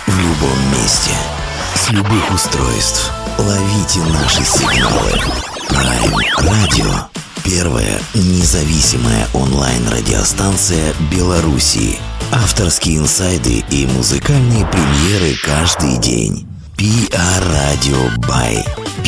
в любом месте, с любых устройств. Ловите наши сигналы. Prime Radio. Первая независимая онлайн-радиостанция Беларуси. Авторские инсайды и музыкальные премьеры каждый день. PR Radio by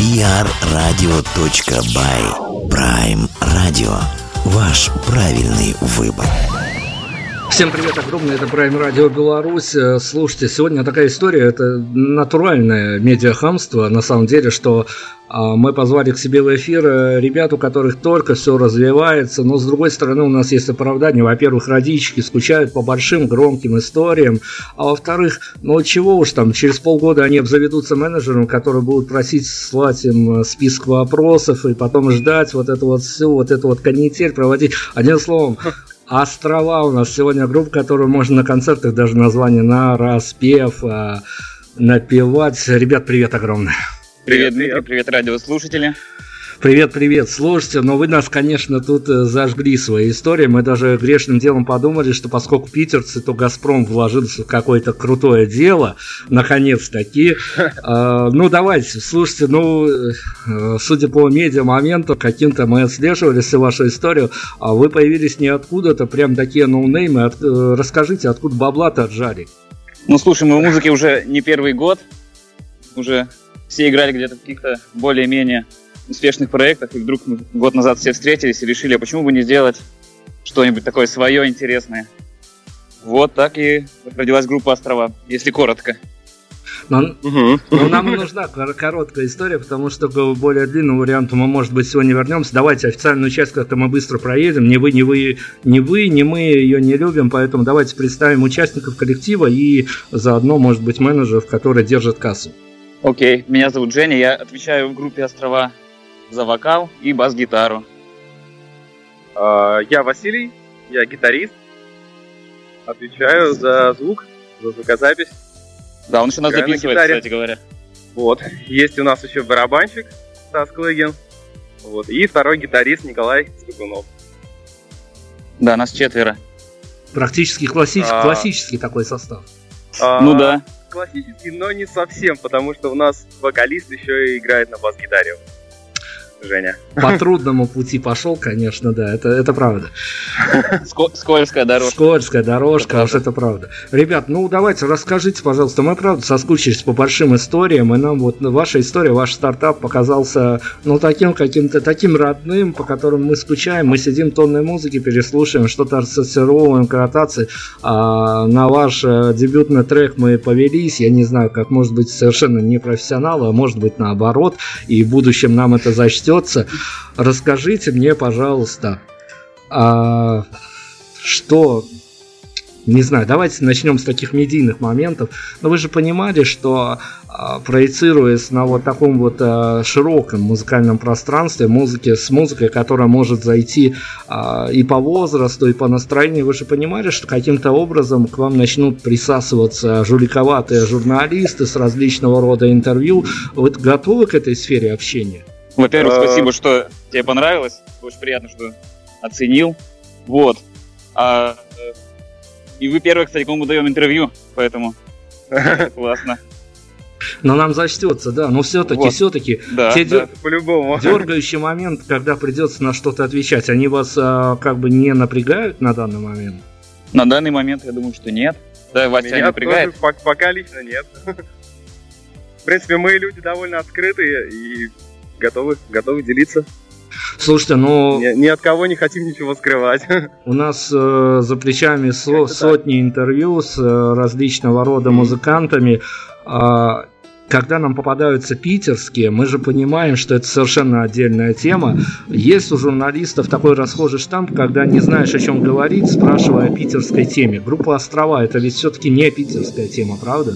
prradio.by. Prime Radio. Ваш правильный выбор. Всем привет огромное, это Prime Radio Беларусь. Слушайте, сегодня такая история, это натуральное медиахамство, на самом деле, что мы позвали к себе в эфир ребят, у которых только все развивается, но с другой стороны у нас есть оправдание. Во-первых, родички скучают по большим громким историям, а во-вторых, ну чего уж там, через полгода они обзаведутся менеджером, который будут просить слать им список вопросов и потом ждать вот эту вот всю, вот эту вот канитель проводить. Одним словом, «Острова» у нас сегодня группа, которую можно на концертах даже название на распев напевать. Ребят, привет огромное. Привет, Дмитрий, привет, радиослушатели. Привет, слушайте, но вы нас, конечно, тут зажгли своей историей. Мы даже грешным делом подумали, что поскольку питерцы, то «Газпром» вложился в какое-то крутое дело, наконец-таки. Ну, давайте, слушайте, судя по медиа-моменту, каким-то мы отслеживали всю вашу историю, а вы появились не откуда-то, прям такие ноунеймы. Расскажите, откуда бабла-то отжали? Ну, слушай, мы в музыке уже не первый год, уже все играли где-то в каких-то более-менее успешных проектах, и вдруг мы год назад все встретились и решили, а почему бы не сделать что-нибудь такое свое интересное. Вот так и родилась группа «Острова», если коротко. Но нам нужна короткая история, потому что к более длинному варианту мы, может быть, сегодня вернемся. Давайте официальную часть как-то мы быстро проедем. Ни мы ее не любим, поэтому давайте представим участников коллектива и заодно, может быть, менеджеров, которые держат кассу. Окей, меня зовут Женя, я отвечаю в группе «Острова» за вокал и бас-гитару. Я Василий, я гитарист, отвечаю за звук, за звукозапись. Да, он еще нас записывает, кстати говоря. Вот, есть у нас еще барабанщик Стас Клыгин, вот, и второй гитарист Николай Стукунов. Да, нас 4. Практически классический такой состав. Ну да. Классический, но не совсем, потому что у нас вокалист еще и играет на бас-гитаре. Женя. По трудному пути пошел, конечно, да, это правда. Скользкая дорожка. Скользкая дорожка, уж это правда. Ребят, ну давайте, расскажите, пожалуйста, мы правда соскучились по большим историям, и нам вот ваша история, ваш стартап показался, таким каким-то, таким родным, по которым мы скучаем, мы сидим тонной музыки, переслушаем, что-то отсортируем, коротации, а на ваш дебютный трек мы повелись, я не знаю, как, может быть, совершенно не профессионалы, а может быть наоборот, и в будущем нам это зачтется. Расскажите мне, пожалуйста, что, не знаю, давайте начнем с таких медийных моментов. Но вы же понимали, что проецируясь на вот таком вот широком музыкальном пространстве, с музыкой, которая может зайти и по возрасту, и по настроению, вы же понимали, что каким-то образом к вам начнут присасываться жуликоватые журналисты с различного рода интервью. Вы готовы к этой сфере общения? Во-первых, спасибо, что тебе понравилось. Очень приятно, что оценил. Вот. И вы первый, кстати, кому мы даем интервью, поэтому классно. Но нам зачтется, да. Но все-таки да, по-любому. Дергающий момент, когда придется на что-то отвечать, они вас как бы не напрягают на данный момент? На данный момент я думаю, что нет. Да, Вася не напрягает. Пока лично нет. В принципе, мы люди довольно открытые и готовы делиться. Слушайте, ни от кого не хотим ничего скрывать. У нас за плечами сотни интервью с различного рода музыкантами. Когда нам попадаются питерские, мы же понимаем, что это совершенно отдельная тема. Есть у журналистов такой расхожий штамп, когда не знаешь, о чем говорить, спрашивая о питерской теме. Группа «Острова» — это ведь все-таки не питерская тема, правда?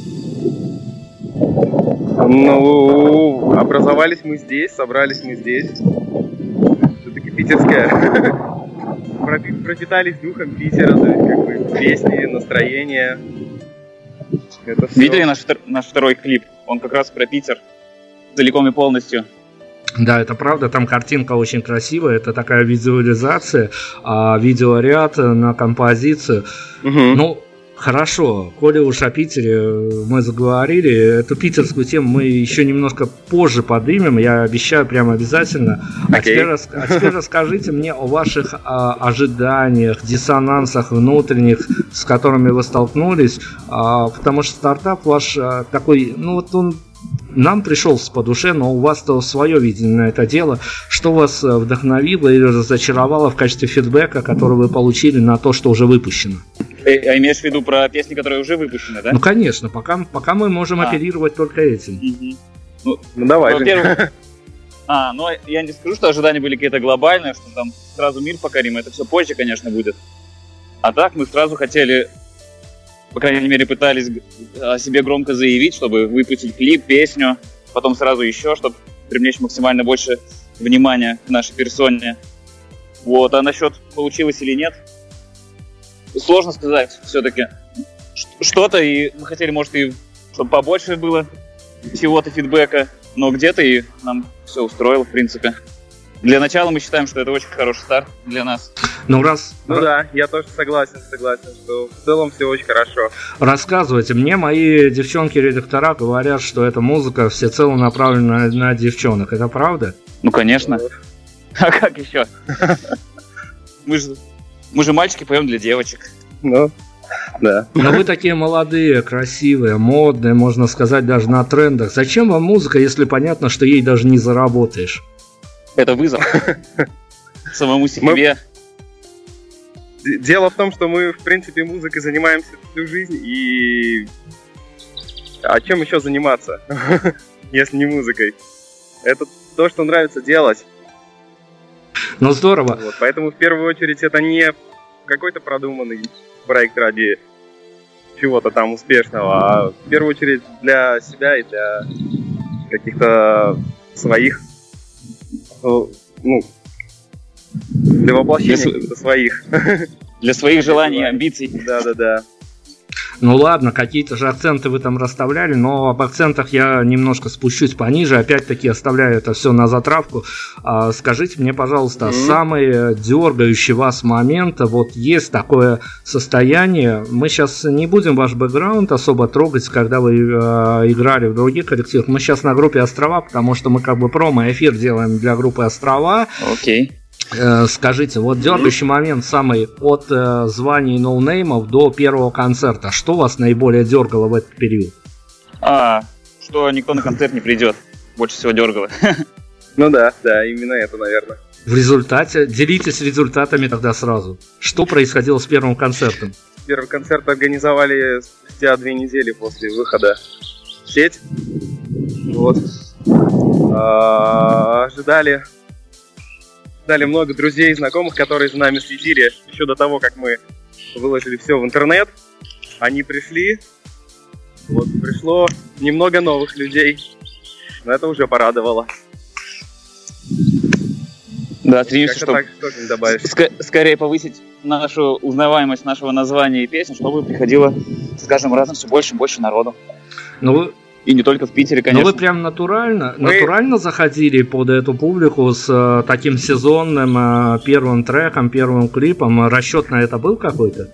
Образовались мы здесь, собрались мы здесь. Все-таки питерская. Пропитались духом Питера, то есть как бы песни, настроение. Видели наш второй клип? Он как раз про Питер. Целиком и полностью. Да, это правда, там картинка очень красивая, это такая визуализация, видеоряд на композицию. Угу. Хорошо, коли уж о Питере мы заговорили, эту питерскую тему мы еще немножко позже поднимем, я обещаю, прямо обязательно. А теперь расскажите мне о ваших ожиданиях, диссонансах внутренних, с которыми вы столкнулись, потому что стартап ваш такой, ну вот он нам пришелся по душе, но у вас-то свое видение на это дело. Что вас вдохновило или разочаровало в качестве фидбэка, который вы получили на то, что уже выпущено? А имеешь в виду про песни, которые уже выпущены, да? Ну, конечно, пока мы можем оперировать только этим. Ну, давай. Во-первых, я не скажу, что ожидания были какие-то глобальные, что там сразу мир покорим, это все позже, конечно, будет. А так мы сразу хотели, по крайней мере, пытались о себе громко заявить, чтобы выпустить клип, песню, потом сразу еще, чтобы привлечь максимально больше внимания к нашей персоне. Вот, а насчет получилось или нет, сложно сказать, все-таки что-то, и мы хотели, может, и чтобы побольше было чего-то фидбэка, но где-то и нам все устроило, в принципе. Для начала мы считаем, что это очень хороший старт для нас. Да, я тоже согласен, что в целом все очень хорошо. Рассказывайте, мне мои девчонки-редактора говорят, что эта музыка всецело направлена на девчонок, это правда? Ну, конечно. А как еще? Мы же мальчики, поем для девочек. Ну, да. Но вы такие молодые, красивые, модные, можно сказать, даже на трендах. Зачем вам музыка, если понятно, что ей даже не заработаешь? Это вызов самому себе. Дело в том, что мы, в принципе, музыкой занимаемся всю жизнь, и... А чем еще заниматься, если не музыкой? Это то, что нравится делать. Ну, здорово. Вот, поэтому, в первую очередь, это не какой-то продуманный проект ради чего-то там успешного, а в первую очередь для себя и для каких-то своих, для воплощения своих. Для своих желаний и амбиций. Да. Ну ладно, какие-то же акценты вы там расставляли, но об акцентах я немножко спущусь пониже, опять-таки оставляю это все на затравку. Скажите мне, пожалуйста, самый дергающий вас момент, вот есть такое состояние, мы сейчас не будем ваш бэкграунд особо трогать, когда вы играли в других коллективах, мы сейчас на группе «Острова», потому что мы как бы промо-эфир делаем для группы «Острова». Окей. Скажите, вот дергающий момент самый от званий ноунеймов до первого концерта. Что вас наиболее дергало в этот период? Что никто на концерт не придет. Больше всего дергало. Ну да, именно это, наверное. В результате, делитесь результатами тогда сразу. Что происходило с первым концертом? Первый концерт организовали спустя 2 недели после выхода в сеть. Вот. Ожидали много друзей и знакомых, которые за нами следили еще до того, как мы выложили все в интернет. Они пришли. Вот, пришло немного новых людей. Но это уже порадовало. Да, стремимся, чтобы скорее повысить нашу узнаваемость нашего названия и песен, чтобы приходило с каждым разом все больше и больше народу. И не только в Питере, конечно. Но вы прям натурально заходили под эту публику с таким сезонным первым треком, первым клипом. Расчет на это был какой-то?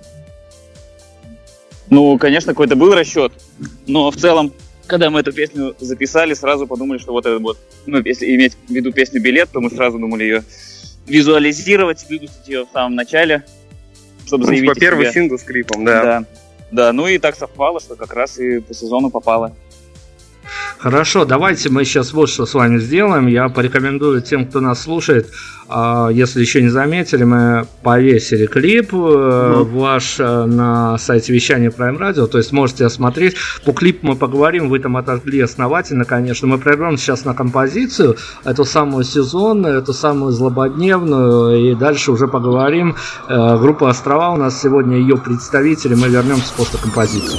Ну, конечно, какой-то был расчет. Но в целом, когда мы эту песню записали, сразу подумали, что вот это вот, если иметь в виду песню «Билет», то мы сразу думали ее визуализировать, выпустить ее в самом начале, чтобы заявить о себе. Первый сингл с клипом, да. Да, ну и так совпало, что как раз и по сезону попало. Хорошо, давайте мы сейчас вот что с вами сделаем. Я порекомендую тем, кто нас слушает, если еще не заметили, мы повесили клип ваш на сайте вещания Prime Radio, то есть можете осмотреть. По клипу мы поговорим, вы там отожгли основательно, конечно. Мы прервем сейчас на композицию, эту самую сезонную, эту самую злободневную, и дальше уже поговорим. Группа «Острова» у нас сегодня, ее представители, мы вернемся после композиции.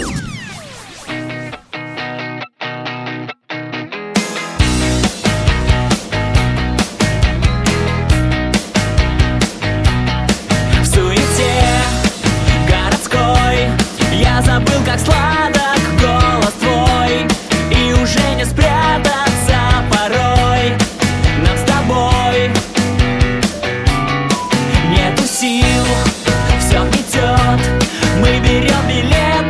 Все гнетет, мы берем билет.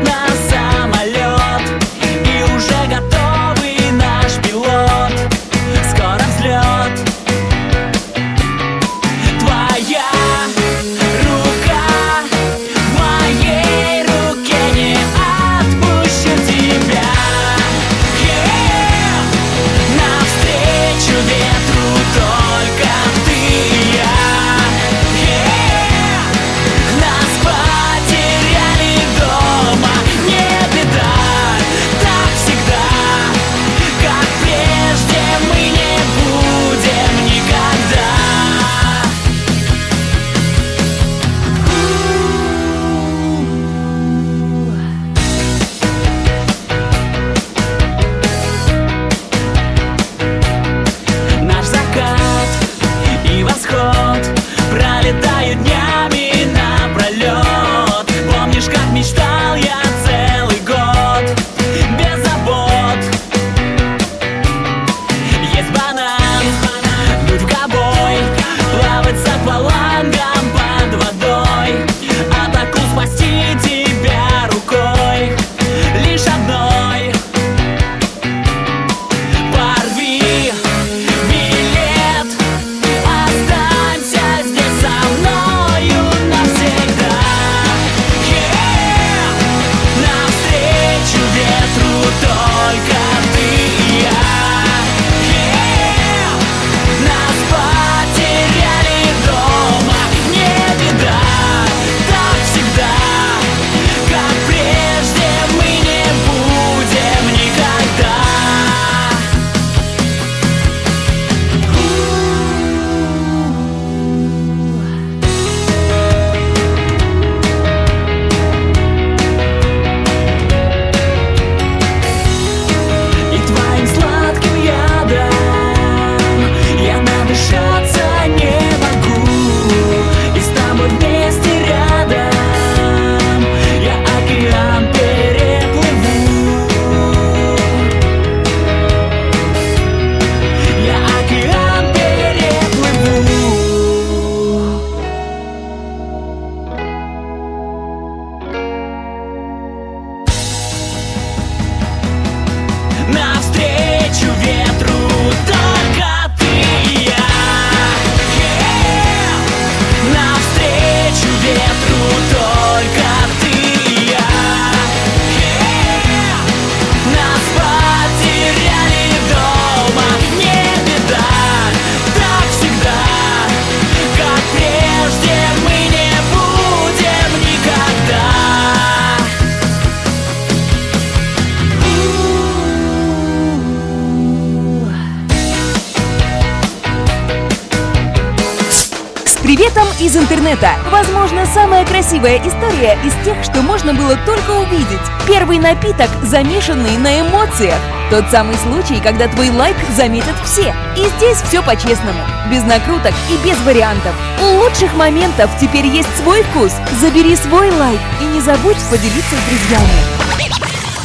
приветом из интернета. Возможно, самая красивая история из тех, что можно было только увидеть. Первый напиток, замешанный на эмоциях. Тот самый случай, когда твой лайк заметят все. И здесь все по-честному. Без накруток и без вариантов. У лучших моментов теперь есть свой вкус. Забери свой лайк и не забудь поделиться с друзьями.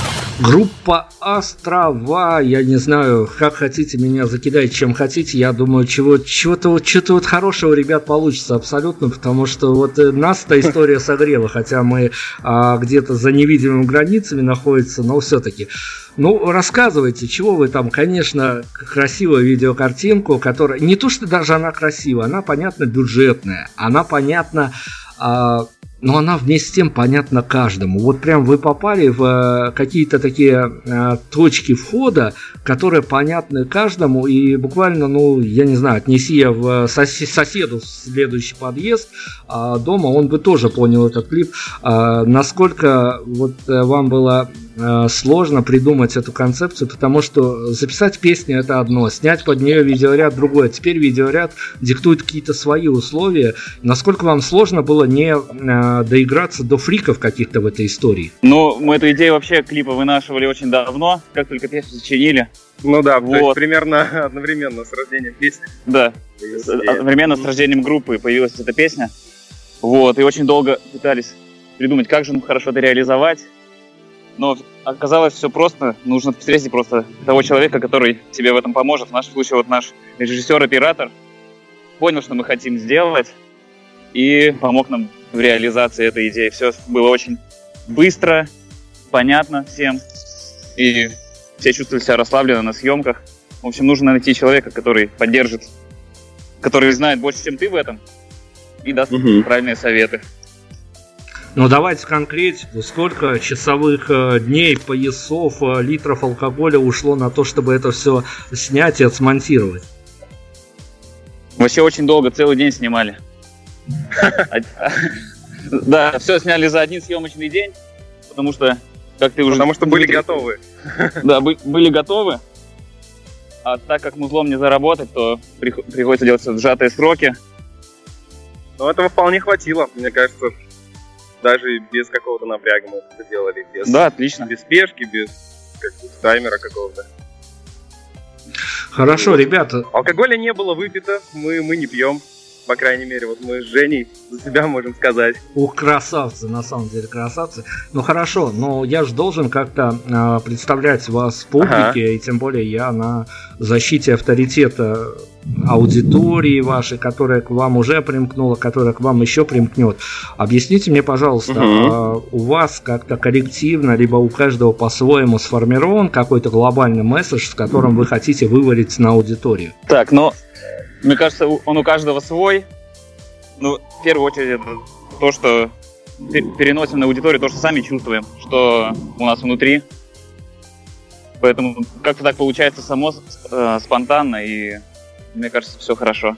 Группа «Острова», я не знаю, как хотите меня закидать, чем хотите, я думаю, чего-то вот хорошего, ребят, получится абсолютно, потому что вот нас эта история согрела, хотя мы где-то за невидимыми границами находимся, но все-таки. Ну, рассказывайте, чего вы там, конечно, красивую видеокартинку, которая, не то что даже она красивая, она, понятно, бюджетная, она, понятно... но она вместе с тем понятна каждому. Вот прям вы попали в какие-то такие точки входа, которые понятны каждому, и буквально, ну, я не знаю, отнеси я в соседу в следующий подъезд дома, он бы тоже понял этот клип. Насколько вот вам было сложно придумать эту концепцию, потому что записать песню — это одно, снять под нее видеоряд — другое. Теперь видеоряд диктует какие-то свои условия. Насколько вам сложно было не доиграться до фриков каких-то в этой истории? Ну, мы эту идею вообще клипа вынашивали очень давно, как только песню сочинили. Ну да, вот. То есть примерно одновременно с рождением песни. Да, одновременно с рождением группы появилась эта песня. Вот, и очень долго пытались придумать, как же хорошо это реализовать. Но оказалось все просто. Нужно встретить просто того человека, который тебе в этом поможет. В нашем случае вот наш режиссер-оператор понял, что мы хотим сделать, и помог нам в реализации этой идеи. Все было очень быстро, понятно всем, и все чувствовали себя расслабленно на съемках. В общем, нужно найти человека, который поддержит, который знает больше, чем ты в этом, и даст правильные советы. Ну давайте конкретику, сколько часовых дней, поясов, литров алкоголя ушло на то, чтобы это все снять и отсмонтировать? Вообще очень долго, целый день снимали. Да, все сняли за один съемочный день, потому что, как ты уже... Потому что были готовы. Да, были готовы, а так как музлом не заработать, то приходится делать все в сжатые сроки. Но этого вполне хватило, мне кажется. Даже без какого-то напряга мы это делали. Да, отлично. Без спешки, без таймера какого-то. Хорошо, ребята. Алкоголя не было выпито, мы не пьем. По крайней мере, вот мы с Женей за себя можем сказать. Ух, красавцы, на самом деле красавцы. Ну хорошо, но я же должен как-то представлять вас публике, и тем более я на защите авторитета аудитории вашей, которая к вам уже примкнула, которая к вам еще примкнет. Объясните мне, пожалуйста, у вас как-то коллективно, либо у каждого по-своему сформирован какой-то глобальный месседж, с которым вы хотите вывалить на аудиторию? Так, мне кажется, он у каждого свой. Ну, в первую очередь, это то, что переносим на аудиторию, то, что сами чувствуем, что у нас внутри. Поэтому как-то так получается само, спонтанно, и мне кажется, все хорошо.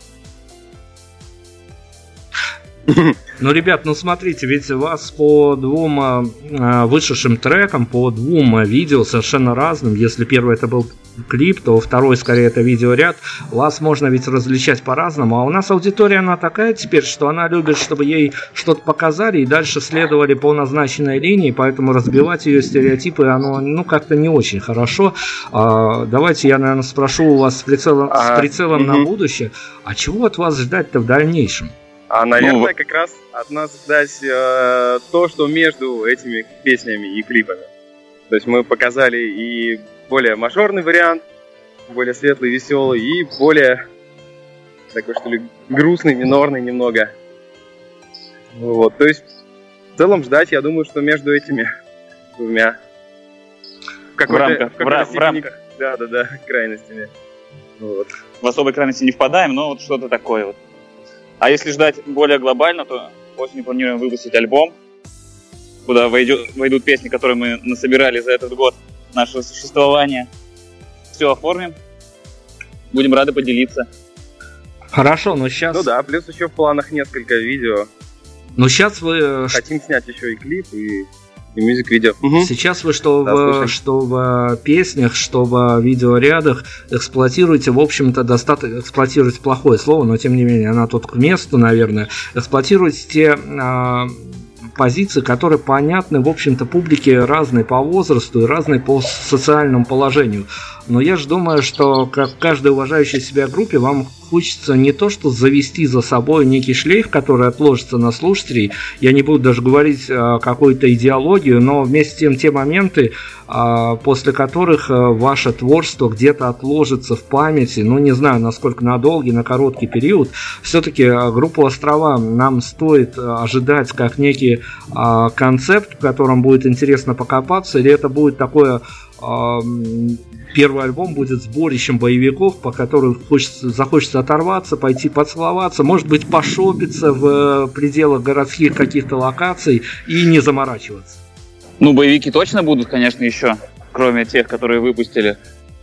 Ну, ребят, смотрите, ведь вас по двум вышедшим трекам, по двум видео совершенно разным. Если первый это был клип, то второй скорее это видеоряд. Вас можно ведь различать по-разному. А у нас аудитория, она такая теперь, что она любит, чтобы ей что-то показали и дальше следовали по назначенной линии, поэтому разбивать ее стереотипы, оно как-то не очень хорошо. Давайте я, наверное, спрошу у вас с прицелом на будущее. А чего от вас ждать-то в дальнейшем? Наверное, как раз от нас ждать то, что между этими песнями и клипами. То есть мы показали и более мажорный вариант, более светлый, веселый, и более такой, что ли, грустный, минорный немного. Вот, то есть в целом ждать, я думаю, что между этими двумя в рамках. Да, крайностями. Вот. В особой крайности не впадаем, но вот что-то такое вот. А если ждать более глобально, то осенью планируем выпустить альбом, куда войдут песни, которые мы насобирали за этот год нашего существования. Все оформим, будем рады поделиться. Хорошо, но сейчас... Ну да, плюс еще в планах несколько видео. Но сейчас вы... Хотим снять еще и клип, и и мюзик-видео. Сейчас вы что в песнях, что в видеорядах эксплуатируете, в общем-то, достаточно, эксплуатируете плохое слово, но тем не менее, она тут к месту, наверное, эксплуатируете те позиции, которые понятны, в общем-то, публике разные по возрасту и разные по социальному положению. Но я же думаю, что как каждой уважающей себя группе вам хочется не то, что завести за собой некий шлейф, который отложится на слушателей. Я не буду даже говорить какую-то идеологию, но вместе с тем те моменты, после которых ваше творчество где-то отложится в памяти, ну не знаю, насколько на долгий, на короткий период. Все-таки группу «Острова» нам стоит ожидать как некий концепт, в котором будет интересно покопаться, или это будет такое... Первый альбом будет сборищем боевиков, по которым захочется оторваться, пойти поцеловаться, может быть, пошопиться в пределах городских каких-то локаций и не заморачиваться. Ну, боевики точно будут, конечно, еще, кроме тех, которые выпустили.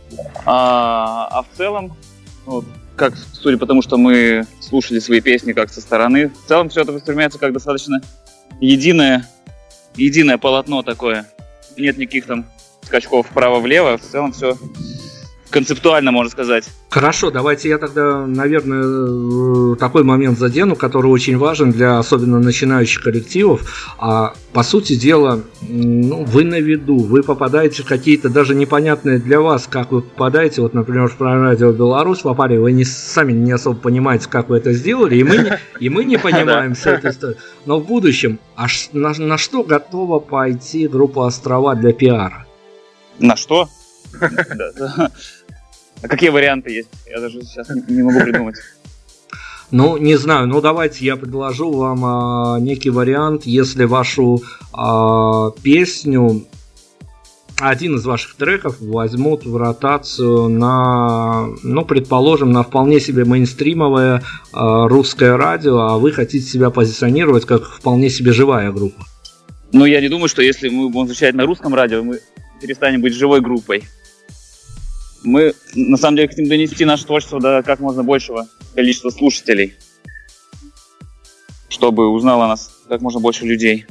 А в целом, вот, как, судя по тому, что мы слушали свои песни как со стороны, в целом все это воспринимается как достаточно единое полотно такое. Нет никаких там скачков вправо-влево, в целом все концептуально, можно сказать. Хорошо, давайте я тогда, наверное, такой момент задену, который очень важен для особенно начинающих коллективов. По сути дела, вы на виду, вы попадаете в какие-то даже непонятные для вас, как вы попадаете, вот, например, в Prime Radio Беларусь попали, вы сами не особо понимаете, как вы это сделали, и мы не понимаем всю эту историю. Но в будущем, на что готова пойти группа «Острова» для пиара? На что? А какие варианты есть? Я даже сейчас не могу придумать. Ну, не знаю, давайте я предложу вам некий вариант, если вашу песню, один из ваших треков возьмут в ротацию на, предположим, на вполне себе мейнстримовое русское радио, а вы хотите себя позиционировать как вполне себе живая группа. Ну, я не думаю, что если мы будем звучать на русском радио, мы перестанем быть живой группой. Мы, на самом деле, хотим донести наше творчество до как можно большего количества слушателей, чтобы узнало нас как можно больше людей.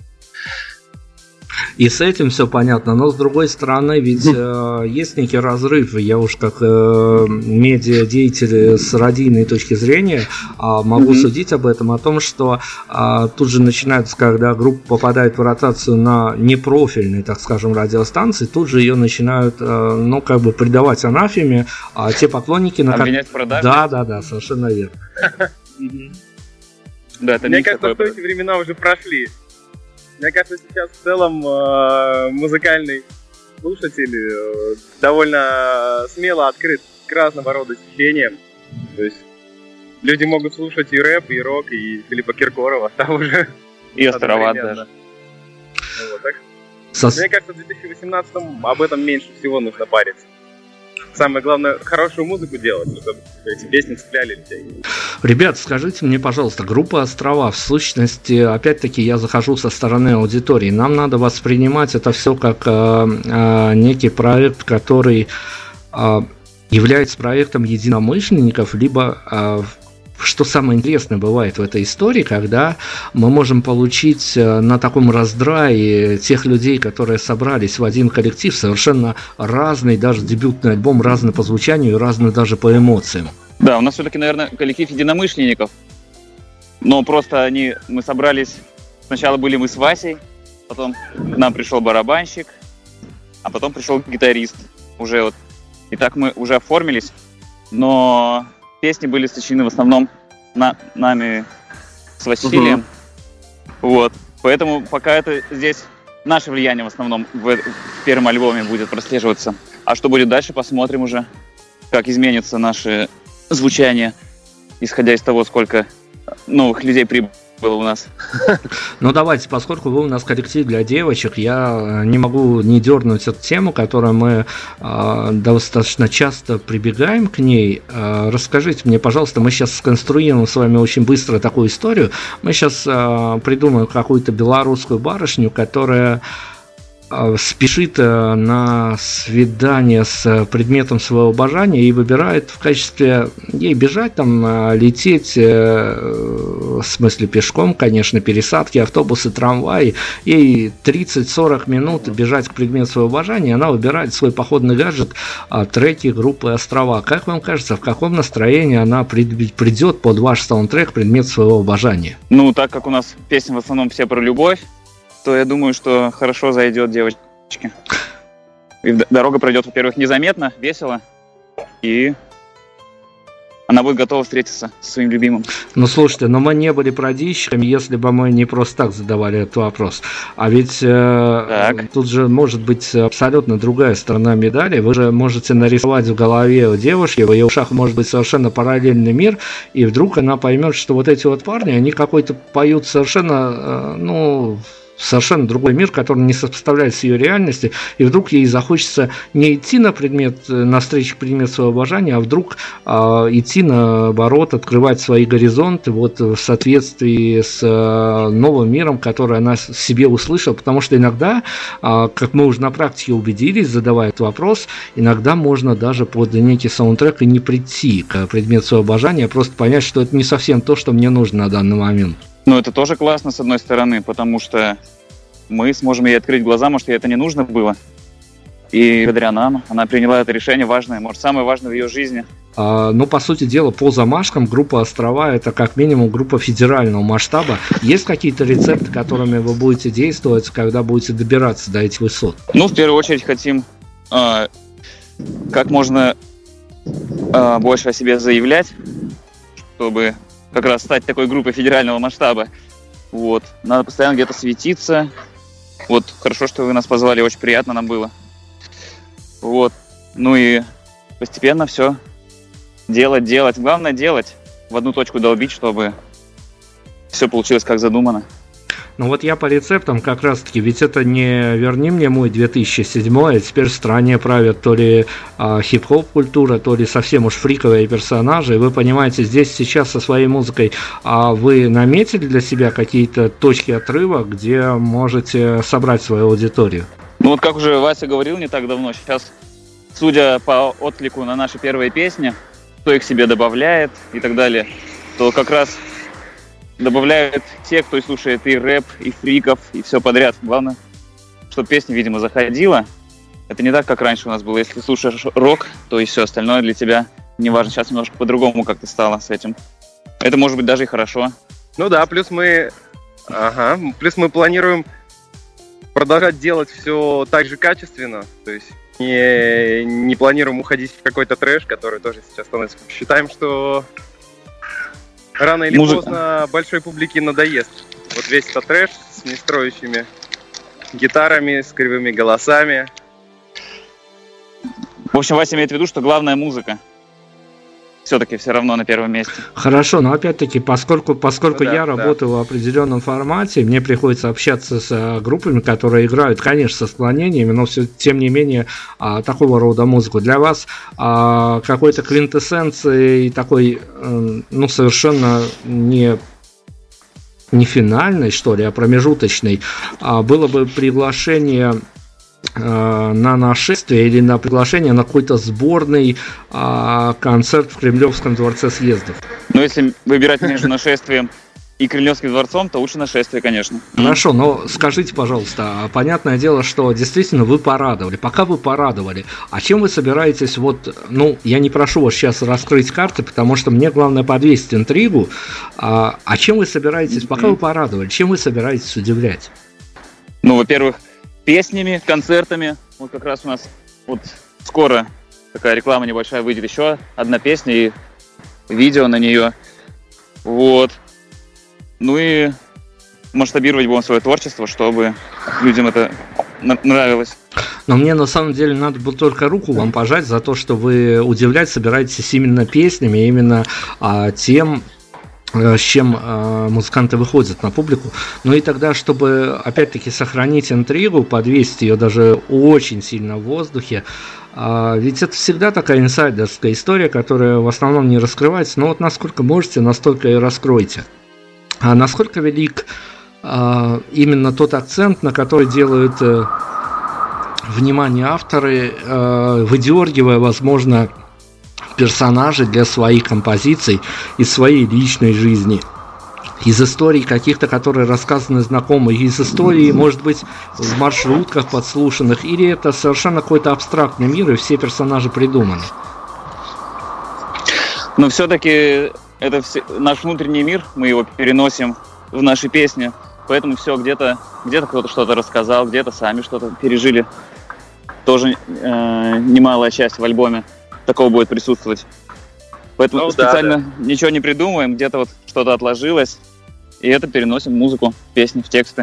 И с этим все понятно, но с другой стороны, ведь есть некий разрыв. Я уж как медиадеятель с радийной точки зрения могу судить об этом, о том, что тут же начинается, когда группа попадает в ротацию на непрофильные, так скажем, радиостанции, тут же ее начинают, придавать анафеме, а те поклонники... Обвинять в продаже? Да, совершенно верно. Мне кажется, что эти времена уже прошли. Мне кажется, сейчас в целом музыкальный слушатель довольно смело открыт к разного рода течениям. То есть люди могут слушать и рэп, и рок, и Филиппа Киркорова того же. И Острова даже. Мне кажется, в 2018-м об этом меньше всего нужно париться. Самое главное, хорошую музыку делать, чтобы эти песни цепляли людей. Ребят, скажите мне, пожалуйста, группа «Острова», в сущности, опять-таки, я захожу со стороны аудитории. Нам надо воспринимать это все как некий проект, который является проектом единомышленников, либо... Что самое интересное бывает в этой истории, когда мы можем получить на таком раздрае тех людей, которые собрались в один коллектив, совершенно разный, даже дебютный альбом, разный по звучанию, разный даже по эмоциям. Да, у нас все-таки, наверное, коллектив единомышленников, но просто мы собрались, сначала были мы с Васей, потом к нам пришел барабанщик, а потом пришел гитарист уже вот. И так мы уже оформились, но... Песни были сочинены в основном нами с Василием. Вот. Поэтому пока это здесь наше влияние в основном в первом альбоме будет прослеживаться. А что будет дальше, посмотрим уже, как изменится наше звучание, исходя из того, сколько новых людей прибыло у нас. Ну давайте, поскольку вы у нас коллектив для девочек, я не могу не дернуть эту тему, которую мы достаточно часто прибегаем к ней. Расскажите мне, пожалуйста, мы сейчас сконструируем с вами очень быстро такую историю. Мы сейчас придумаем какую-то белорусскую барышню, которая спешит на свидание с предметом своего обожания и выбирает в качестве ей бежать, там, лететь, в смысле пешком, конечно, пересадки, автобусы, трамваи, ей 30-40 минут бежать к предмету своего обожания, она выбирает свой походный гаджет, треки группы «Острова». Как вам кажется, в каком настроении она придет под ваш саундтрек «Предмет своего обожания»? Ну, так как у нас песни в основном все про любовь, то я думаю, что хорошо зайдет девочке. И дорога пройдет, во-первых, незаметно, весело, и она будет готова встретиться со своим любимым. Ну, слушайте, но мы не были продищиками, если бы мы не просто так задавали этот вопрос. А ведь тут же может быть абсолютно другая сторона медали. Вы же можете нарисовать в голове у девушки, в ее ушах может быть совершенно параллельный мир, и вдруг она поймет, что вот эти вот парни, они какой-то поют совершенно, совершенно другой мир, который не сопоставляет с ее реальностью, и вдруг ей захочется не идти на встречу к предмету своего обожания, а вдруг идти наоборот, открывать свои горизонты вот в соответствии с новым миром, который она себе услышала, потому что иногда, как мы уже на практике убедились, задавая этот вопрос, иногда можно даже под некий саундтрек и не прийти к предмету своего обожания, а просто понять, что это не совсем то, что мне нужно на данный момент. Ну, это тоже классно, с одной стороны, потому что мы сможем ей открыть глаза, может, ей это не нужно было. И благодаря нам она приняла это решение важное, может, самое важное в ее жизни. По сути дела, по замашкам группа «Острова» — это как минимум группа федерального масштаба. Есть какие-то рецепты, которыми вы будете действовать, когда будете добираться до этих высот? Ну, в первую очередь хотим как можно больше о себе заявлять, чтобы как раз стать такой группой федерального масштаба. Вот. Надо постоянно где-то светиться. Вот. Хорошо, что вы нас позвали, очень приятно нам было. Вот. Ну и постепенно все делать. Главное делать, в одну точку долбить, чтобы все получилось как задумано. Ну вот я по рецептам как раз-таки, ведь это не «Верни мне мой 2007», а теперь в стране правят то ли хип-хоп культура, то ли совсем уж фриковые персонажи. И вы понимаете, здесь сейчас со своей музыкой вы наметили для себя какие-то точки отрыва, где можете собрать свою аудиторию? Ну вот как уже Вася говорил не так давно, сейчас, судя по отклику на наши первые песни, кто их себе добавляет и так далее, то как раз добавляют те, кто слушает и рэп, и фриков, и все подряд. Главное, чтобы песня, видимо, заходила. Это не так, как раньше у нас было. Если ты слушаешь рок, то и все остальное для тебя не важно. Сейчас немножко по-другому как-то стало с этим. Это может быть даже и хорошо. Ну да, плюс мы планируем продолжать делать все так же качественно. То есть не планируем уходить в какой-то трэш, который тоже сейчас становится. Считаем, что рано или поздно большой публике надоест. Вот весь этот трэш с нестроящими гитарами, с кривыми голосами. В общем, Вася имеет в виду, что главная музыка все-таки все равно на первом месте. Хорошо, но опять-таки, поскольку я работаю в определенном формате, мне приходится общаться с группами, которые играют, конечно, со склонениями, но все, тем не менее, такого рода музыку. Для вас какой-то квинтэссенцией такой, совершенно не финальной, что ли, а промежуточной, было бы приглашение на нашествие или на приглашение на какой-то сборный концерт в Кремлевском дворце съездов. Ну, если выбирать между нашествием и Кремлевским дворцом, то лучше нашествие, конечно. Хорошо, но скажите, пожалуйста, понятное дело, что действительно вы порадовали. Пока вы порадовали, а чем вы собираетесь я не прошу вас сейчас раскрыть карты, потому что мне главное подвесить интригу. А чем вы собираетесь, пока вы порадовали, чем вы собираетесь удивлять? Ну, во-первых, песнями, концертами. Вот как раз у нас скоро такая реклама небольшая выйдет, еще одна песня и видео на нее. Вот. Ну и масштабировать будем свое творчество, чтобы людям это нравилось. Но мне на самом деле надо было только руку вам пожать за то, что вы удивлять собираетесь именно песнями, именно тем, с чем музыканты выходят на публику. Ну и тогда, чтобы опять-таки сохранить интригу, подвесить ее даже очень сильно в воздухе, ведь это всегда такая инсайдерская история, которая в основном не раскрывается, но вот насколько можете, настолько и раскройте. А насколько велик именно тот акцент, на который делают внимание авторы, выдергивая, возможно, персонажей для своих композиций из своей личной жизни, из историй каких-то, которые рассказаны знакомые, из истории, может быть, в маршрутках подслушанных, или это совершенно какой-то абстрактный мир, и все персонажи придуманы? Но все-таки это наш внутренний мир, мы его переносим в наши песни, поэтому все где-то кто-то что-то рассказал, где-то сами что-то пережили. Тоже немалая часть в альбоме такого будет присутствовать. Поэтому специально ничего не придумываем, где-то вот что-то отложилось, и это переносим в музыку, в песни, в тексты.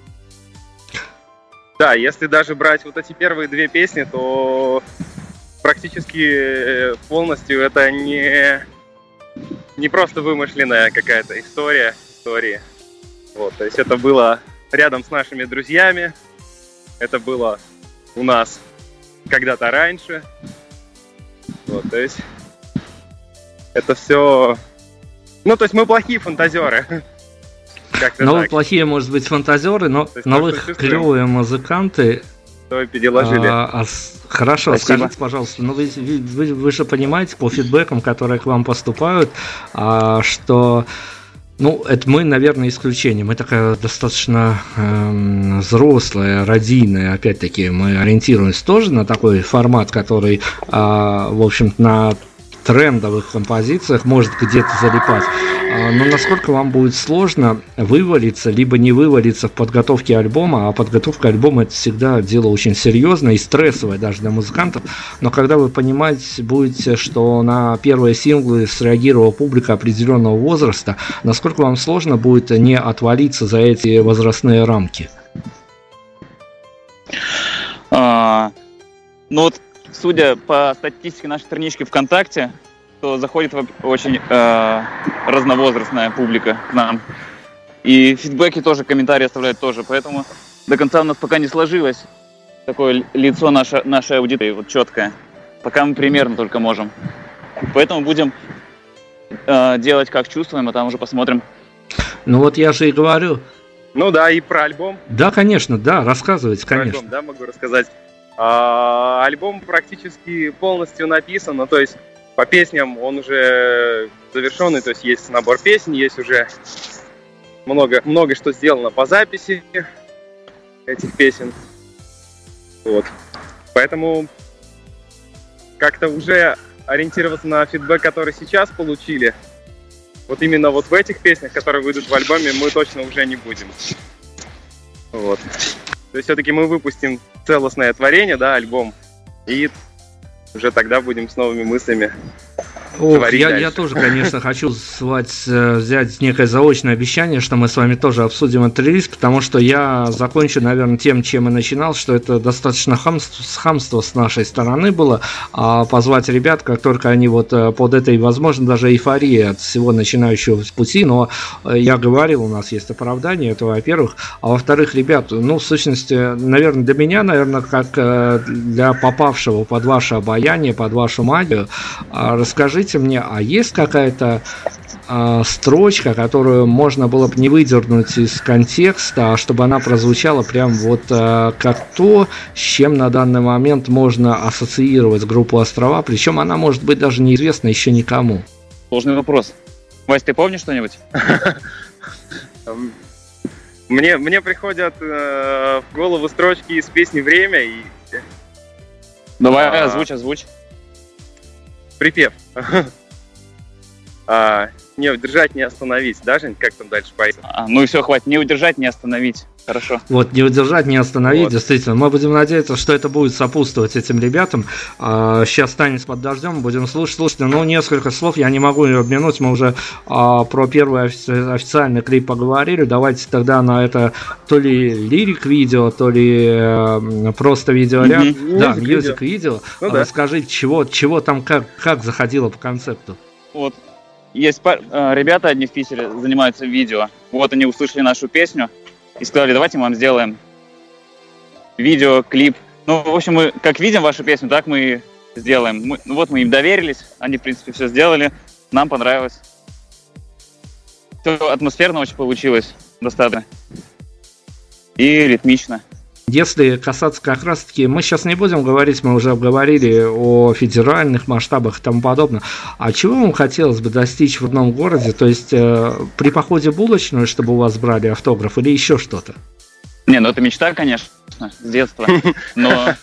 Да, если даже брать вот эти первые 2 песни, то практически полностью это не просто вымышленная какая-то истории. Вот, то есть это было рядом с нашими друзьями, это было у нас когда-то раньше. Вот, то есть это все... Ну, то есть мы плохие фантазеры. Ну, вы плохие, может быть, фантазеры, но вы клевые музыканты. То переложили. Хорошо, спасибо. Скажите, пожалуйста, ну вы же понимаете по фидбэкам, которые к вам поступают, что... Ну, это мы, наверное, исключение. Мы такая достаточно взрослая, родийная. Опять-таки, мы ориентируемся тоже на такой формат, который, в общем-то, на трендовых композициях может где-то залипать. Но насколько вам будет сложно вывалиться, либо не вывалиться в подготовке альбома, а подготовка альбома — это всегда дело очень серьезное и стрессовое даже для музыкантов, но когда вы понимаете будете, что на первые синглы среагировала публика определенного возраста, насколько вам сложно будет не отвалиться за эти возрастные рамки? Ну вот, судя по статистике нашей странички ВКонтакте, то заходит очень разновозрастная публика к нам. И фидбэки тоже, комментарии оставляют тоже. Поэтому до конца у нас пока не сложилось такое лицо нашей аудитории, вот четкое. Пока мы примерно только можем. Поэтому будем делать как чувствуем, а там уже посмотрим. Ну вот я же и говорю. Ну да, и про альбом. Да, конечно, да, рассказывайте, конечно. Про альбом, да, могу рассказать. Альбом практически полностью написан, ну то есть по песням он уже завершенный, то есть есть набор песен, есть уже много что сделано по записи этих песен. Вот. Поэтому как-то уже ориентироваться на фидбэк, который сейчас получили, вот именно вот в этих песнях, которые выйдут в альбоме, мы точно уже не будем. Вот. То есть все-таки мы выпустим целостное творение, да, альбом, и уже тогда будем с новыми мыслями. Я тоже, конечно, хочу взять некое заочное обещание, что мы с вами тоже обсудим этот релиз, потому что я закончу, наверное, тем, чем и начинал, что это достаточно хамство с нашей стороны было, позвать ребят, как только они вот под этой, возможно, даже эйфории от всего начинающего пути, но я говорил, у нас есть оправдание, это во-первых, а во-вторых, ребят, ну, в сущности, наверное, для меня, наверное, как для попавшего под ваше обаяние, под вашу магию, расскажите мне, а есть какая-то строчка, которую можно было бы не выдернуть из контекста, а чтобы она прозвучала прям вот как то, с чем на данный момент можно ассоциировать группу «Острова», причем она может быть даже неизвестна еще никому? Сложный вопрос. Вась, ты помнишь что-нибудь? Мне приходят в голову строчки из песни «Время» и... Давай, озвучь. Припев. Не удержать, не остановить. Даже как там дальше пойдет? Ну и все, хватит. Не удержать, не остановить. Хорошо. Вот, не удержать, не остановить, вот. Действительно. Мы будем надеяться, что это будет сопутствовать этим ребятам. Сейчас «Танец под дождем», будем слушать. Слушайте, ну, несколько слов я не могу обминуть. Мы уже про первый официальный клип поговорили. Давайте тогда на это то ли лирик-видео, то ли просто видеоряд. Да, мьюзик-видео. Ну, расскажите, чего там, как заходило по концепту. Вот. Есть ребята одни в Питере занимаются видео. Вот они услышали нашу песню и сказали, давайте мы вам сделаем видео, клип. Ну, в общем, мы как видим вашу песню, так мы и сделаем. Мы им доверились, они, в принципе, все сделали. Нам понравилось. Все атмосферно очень получилось, достаточно. И ритмично. Если касаться как раз-таки, мы сейчас не будем говорить, мы уже обговорили о федеральных масштабах и тому подобное. А чего вам хотелось бы достичь в одном городе? То есть при походе в булочную, чтобы у вас брали автограф, или еще что-то? Не, ну это мечта, конечно, с детства. Но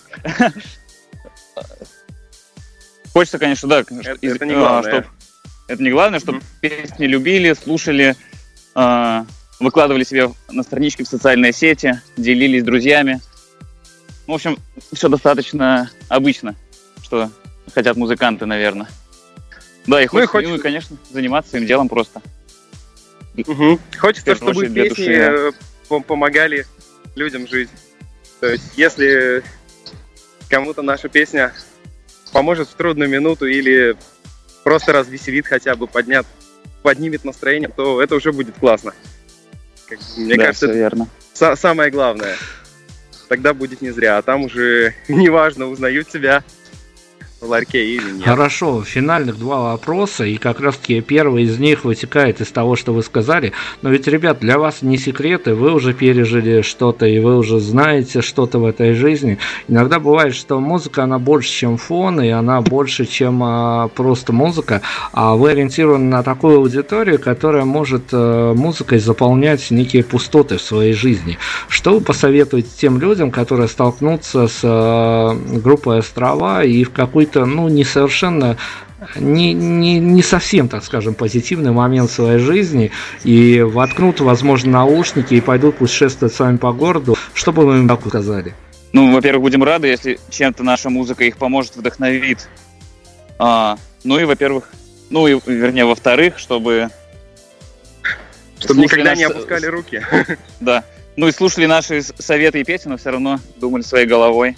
хочется, конечно, да. Это не главное. Это не главное, чтобы песни любили, слушали, выкладывали себе на странички в социальные сети, делились с друзьями. В общем, все достаточно обычно, что хотят музыканты, наверное. Да, и хочется, конечно, заниматься своим делом просто. Хочется, чтобы песни помогали людям жить. То есть, если кому-то наша песня поможет в трудную минуту или просто развеселит хотя бы, поднимет настроение, то это уже будет классно. Мне кажется, это верно. Самое главное. Тогда будет не зря, а там уже неважно, узнают тебя в ларьке или нет. Хорошо, финальных 2 вопроса, и как раз таки первый из них вытекает из того, что вы сказали. Но ведь, ребят, для вас не секреты, вы уже пережили что-то, и вы уже знаете что-то в этой жизни. Иногда бывает, что музыка, она больше, чем фон, и она больше, чем просто музыка, а вы ориентированы на такую аудиторию, которая может музыкой заполнять некие пустоты в своей жизни. Что вы посоветуете тем людям, которые столкнутся с группой «Острова» и в какой-то, не совершенно, не совсем, так скажем, позитивный момент в своей жизни, и воткнут, возможно, наушники и пойдут путешествовать с вами по городу, что бы вы им так сказали? Ну, во-первых, будем рады, если чем-то наша музыка их поможет, вдохновит. Во-вторых, чтобы никогда не опускали руки. Да. Ну и слушали наши советы и песни, но все равно думали своей головой.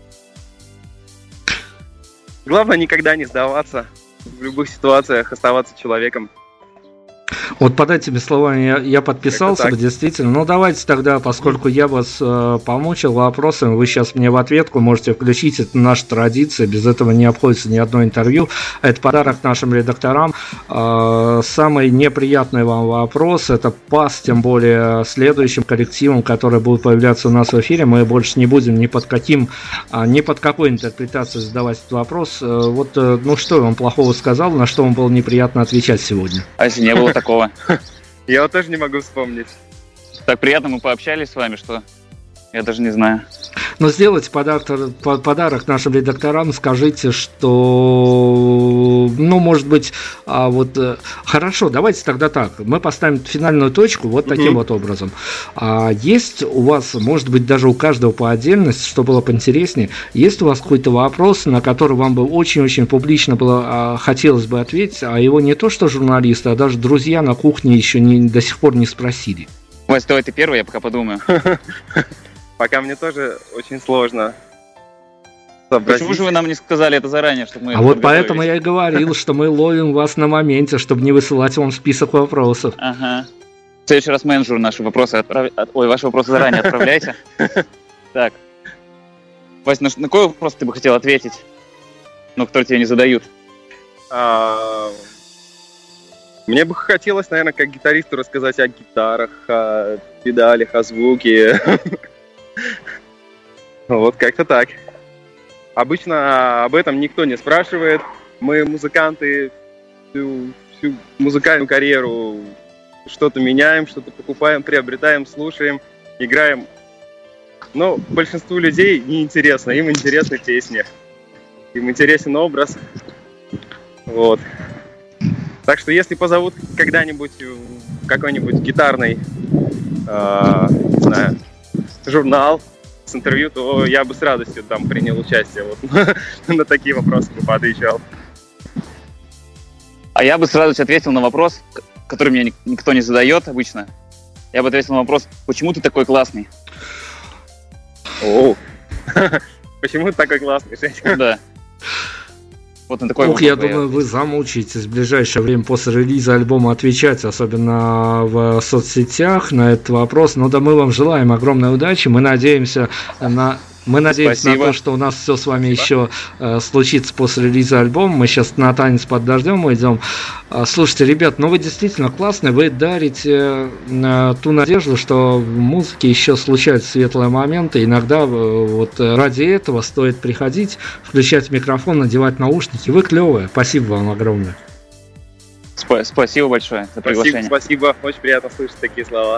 Главное никогда не сдаваться, в любых ситуациях оставаться человеком. Вот под этими словами я подписался бы, действительно. Ну, давайте тогда, поскольку я вас помучил вопросами, вы сейчас мне в ответку можете включить, это наша традиция, без этого не обходится ни одно интервью. Это подарок нашим редакторам. Самый неприятный вам вопрос, это пас, тем более следующим коллективом, который будет появляться у нас в эфире. Мы больше не будем ни под какой интерпретацией задавать этот вопрос. Вот, что я вам плохого сказал, на что вам было неприятно отвечать сегодня? А если не было такого? Я вот тоже не могу вспомнить. Так приятно мы пообщались с вами, что я даже не знаю. Но сделайте подарок нашим редакторам, скажите, что, может быть, хорошо, давайте тогда так, мы поставим финальную точку вот таким вот образом. Есть у вас, может быть, даже у каждого по отдельности, что было поинтереснее, есть у вас какой-то вопрос, на который вам бы очень-очень публично было, хотелось бы ответить, а его не то что журналисты, а даже друзья на кухне еще до сих пор не спросили? Вась, давай ты первый, я пока подумаю. Пока мне тоже очень сложно. Почему же вы нам не сказали это заранее, чтобы мы... вот поэтому я и говорил, что мы ловим вас на моменте, чтобы не высылать вам список вопросов. Ага. В следующий раз менеджеру наши вопросы ваши вопросы заранее отправляйте. Так. Вась, на какой вопрос ты бы хотел ответить, который тебе не задают? Мне бы хотелось, наверное, как гитаристу рассказать о гитарах, о педалях, о звуке. Вот как-то так. Обычно об этом никто не спрашивает. Мы, музыканты, всю музыкальную карьеру что-то меняем, что-то покупаем, приобретаем, слушаем, играем. Но большинству людей неинтересно. Им интересны песни. Им интересен образ. Вот. Так что если позовут когда-нибудь в какой-нибудь гитарный, не знаю, журнал с интервью, то я бы с радостью там принял участие. Вот. На такие вопросы бы поотвечал. А я бы с радостью ответил на вопрос, который мне никто не задает обычно. Я бы ответил на вопрос, почему ты такой классный? Почему ты такой классный? Да. Вот на такой я думаю, вы замучаетесь в ближайшее время после релиза альбома отвечать, особенно в соцсетях, на этот вопрос. Но да, мы вам желаем огромной удачи. Мы надеемся на Мы надеемся Спасибо. на то, что у нас все с вами еще случится после релиза альбома. Мы сейчас на танец под дождем идем. Слушайте, ребят, ну вы действительно классные. Вы дарите ту надежду, что в музыке еще случаются светлые моменты. Иногда вот ради этого стоит приходить, включать микрофон, надевать наушники. Вы клевые. Спасибо вам огромное. Спасибо большое за приглашение. Спасибо. Очень приятно слышать такие слова.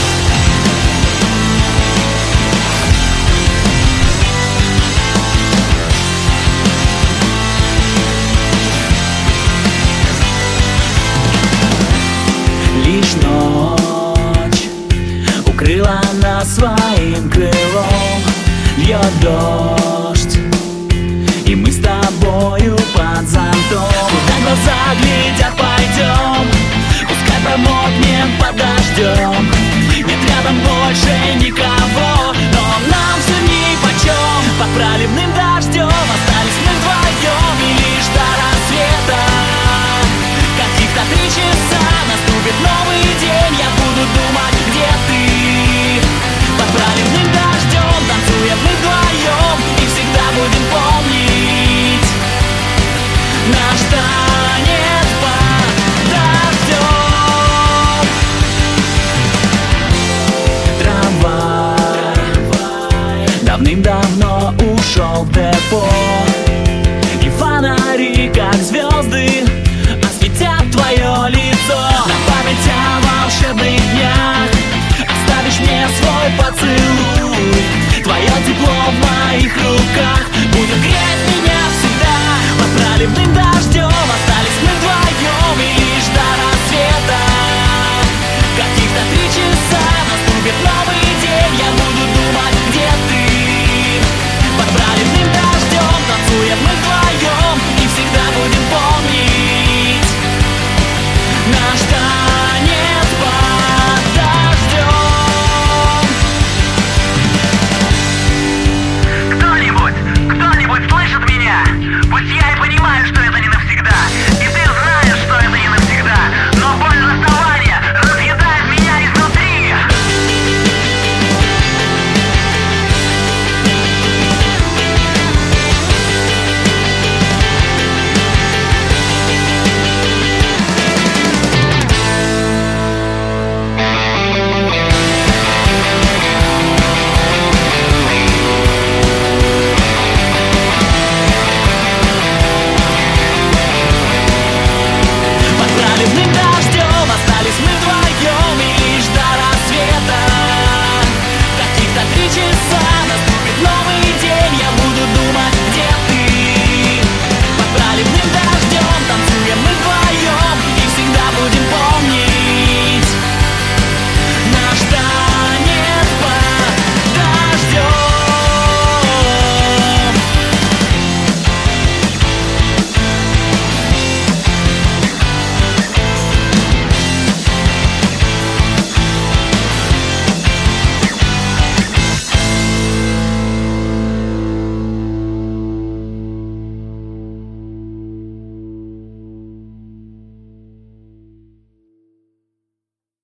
Лишь ночь укрыла нас своим крылом, льет дождь, и мы с тобою под зонтом. Куда глаза глядят, пойдем, пускай промокнем под дождем. Нет рядом больше никого, но нам все нипочем. Под проливным дождем остались мы вдвоем, и лишь до рассвета каких-то 3 часа наступит новый день. Я буду думать, где ты. Под проливным дождем танцуем мы вдвоем, и всегда будем помнить наш танец под дождем. Трамвай давным-давно ушел в депо, и фонари, как звезды, осветят твое лицо. На память о волшебных днях оставишь мне свой поцелуй, твое тепло в моих руках.